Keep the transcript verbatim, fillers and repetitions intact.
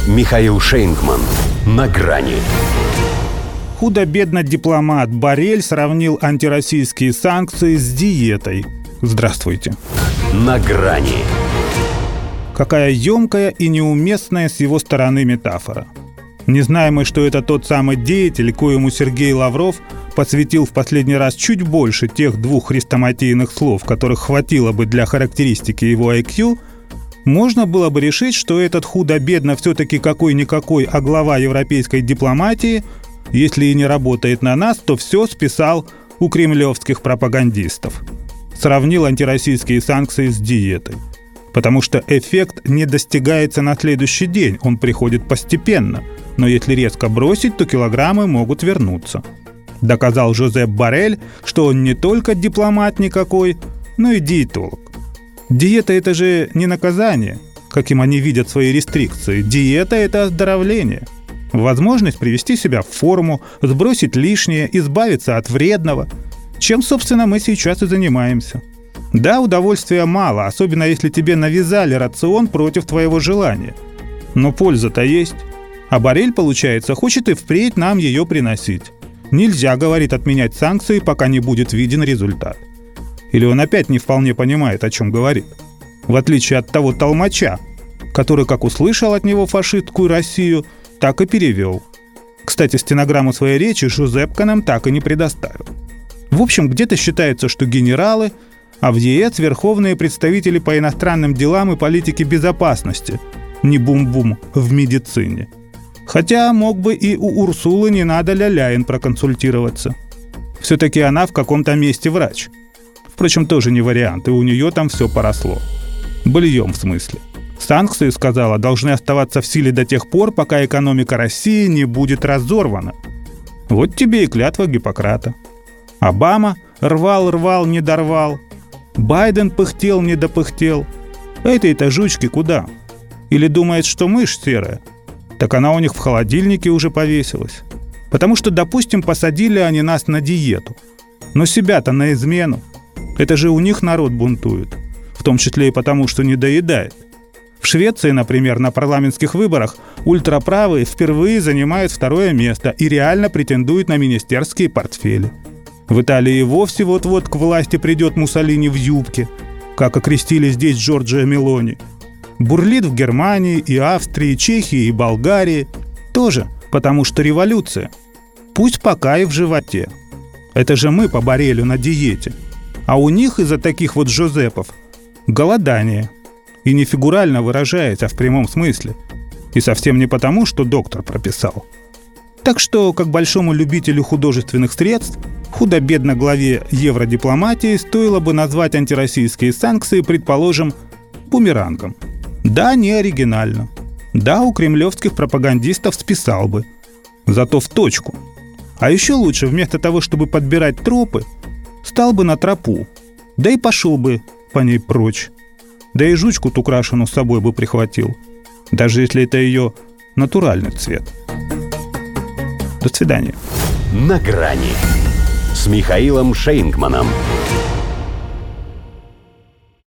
Михаил Шейнгман. На грани. Худо-бедно дипломат Боррель сравнил антироссийские санкции с диетой. Здравствуйте. На грани. Какая емкая и неуместная с его стороны метафора. Не знаем мы, что это тот самый деятель, коему Сергей Лавров посвятил в последний раз чуть больше тех двух хрестоматийных слов, которых хватило бы для характеристики его ай кью, можно было бы решить, что этот худо-бедно все-таки какой-никакой, а глава европейской дипломатии, если и не работает на нас, то все списал у кремлевских пропагандистов. Сравнил антироссийские санкции с диетой. Потому что эффект не достигается на следующий день, он приходит постепенно. Но если резко бросить, то килограммы могут вернуться. Доказал Жозеп Боррель, что он не только дипломат никакой, но и диетолог. Диета – это же не наказание, каким они видят свои рестрикции. Диета – это оздоровление. Возможность привести себя в форму, сбросить лишнее, избавиться от вредного. Чем, собственно, мы сейчас и занимаемся. Да, удовольствия мало, особенно если тебе навязали рацион против твоего желания. Но польза-то есть. А Боррель, получается, хочет и впредь нам ее приносить. Нельзя, говорит, отменять санкции, пока не будет виден результат. Или он опять не вполне понимает, о чем говорит. В отличие от того толмача, который как услышал от него фашистскую Россию, так и перевел. Кстати, стенограмму своей речи Жозепка нам так и не предоставил. В общем, где-то считается, что генералы, а в ЕС верховные представители по иностранным делам и политике безопасности, не бум-бум в медицине. Хотя мог бы и у Урсулы не надо ля-ляин проконсультироваться. Все-таки она в каком-то месте врач. Впрочем, тоже не вариант, и у нее там все поросло. Быльем в смысле. Санкции, сказала, должны оставаться в силе до тех пор, пока экономика России не будет разорвана. Вот тебе и клятва Гиппократа. Обама рвал-рвал, не дорвал. Байден пыхтел, не допыхтел. Этой-то жучки куда? Или думает, что мышь серая? Так она у них в холодильнике уже повесилась. Потому что, допустим, посадили они нас на диету. Но себя-то на измену. Это же у них народ бунтует. В том числе и потому, что не доедает. В Швеции, например, на парламентских выборах ультраправые впервые занимают второе место и реально претендуют на министерские портфели. В Италии и вовсе вот-вот к власти придет Муссолини в юбке, как окрестили здесь Джорджио Мелони. Бурлит в Германии и Австрии, Чехии и Болгарии. Тоже потому, что революция. Пусть пока и в животе. Это же мы по Боррелю на диете. А у них из-за таких вот Жозепов голодание. И не фигурально выражаясь, а в прямом смысле. И совсем не потому, что доктор прописал. Так что, как большому любителю художественных средств, худо-бедно главе евродипломатии стоило бы назвать антироссийские санкции, предположим, бумерангом. Да, не оригинально. Да, у кремлевских пропагандистов списал бы. Зато в точку. А еще лучше, вместо того, чтобы подбирать тропы, стал бы на тропу. Да и пошел бы по ней прочь. Да и жучку-то украшенную с собой бы прихватил. Даже если это ее натуральный цвет. До свидания. На грани с Михаилом Шейнгманом.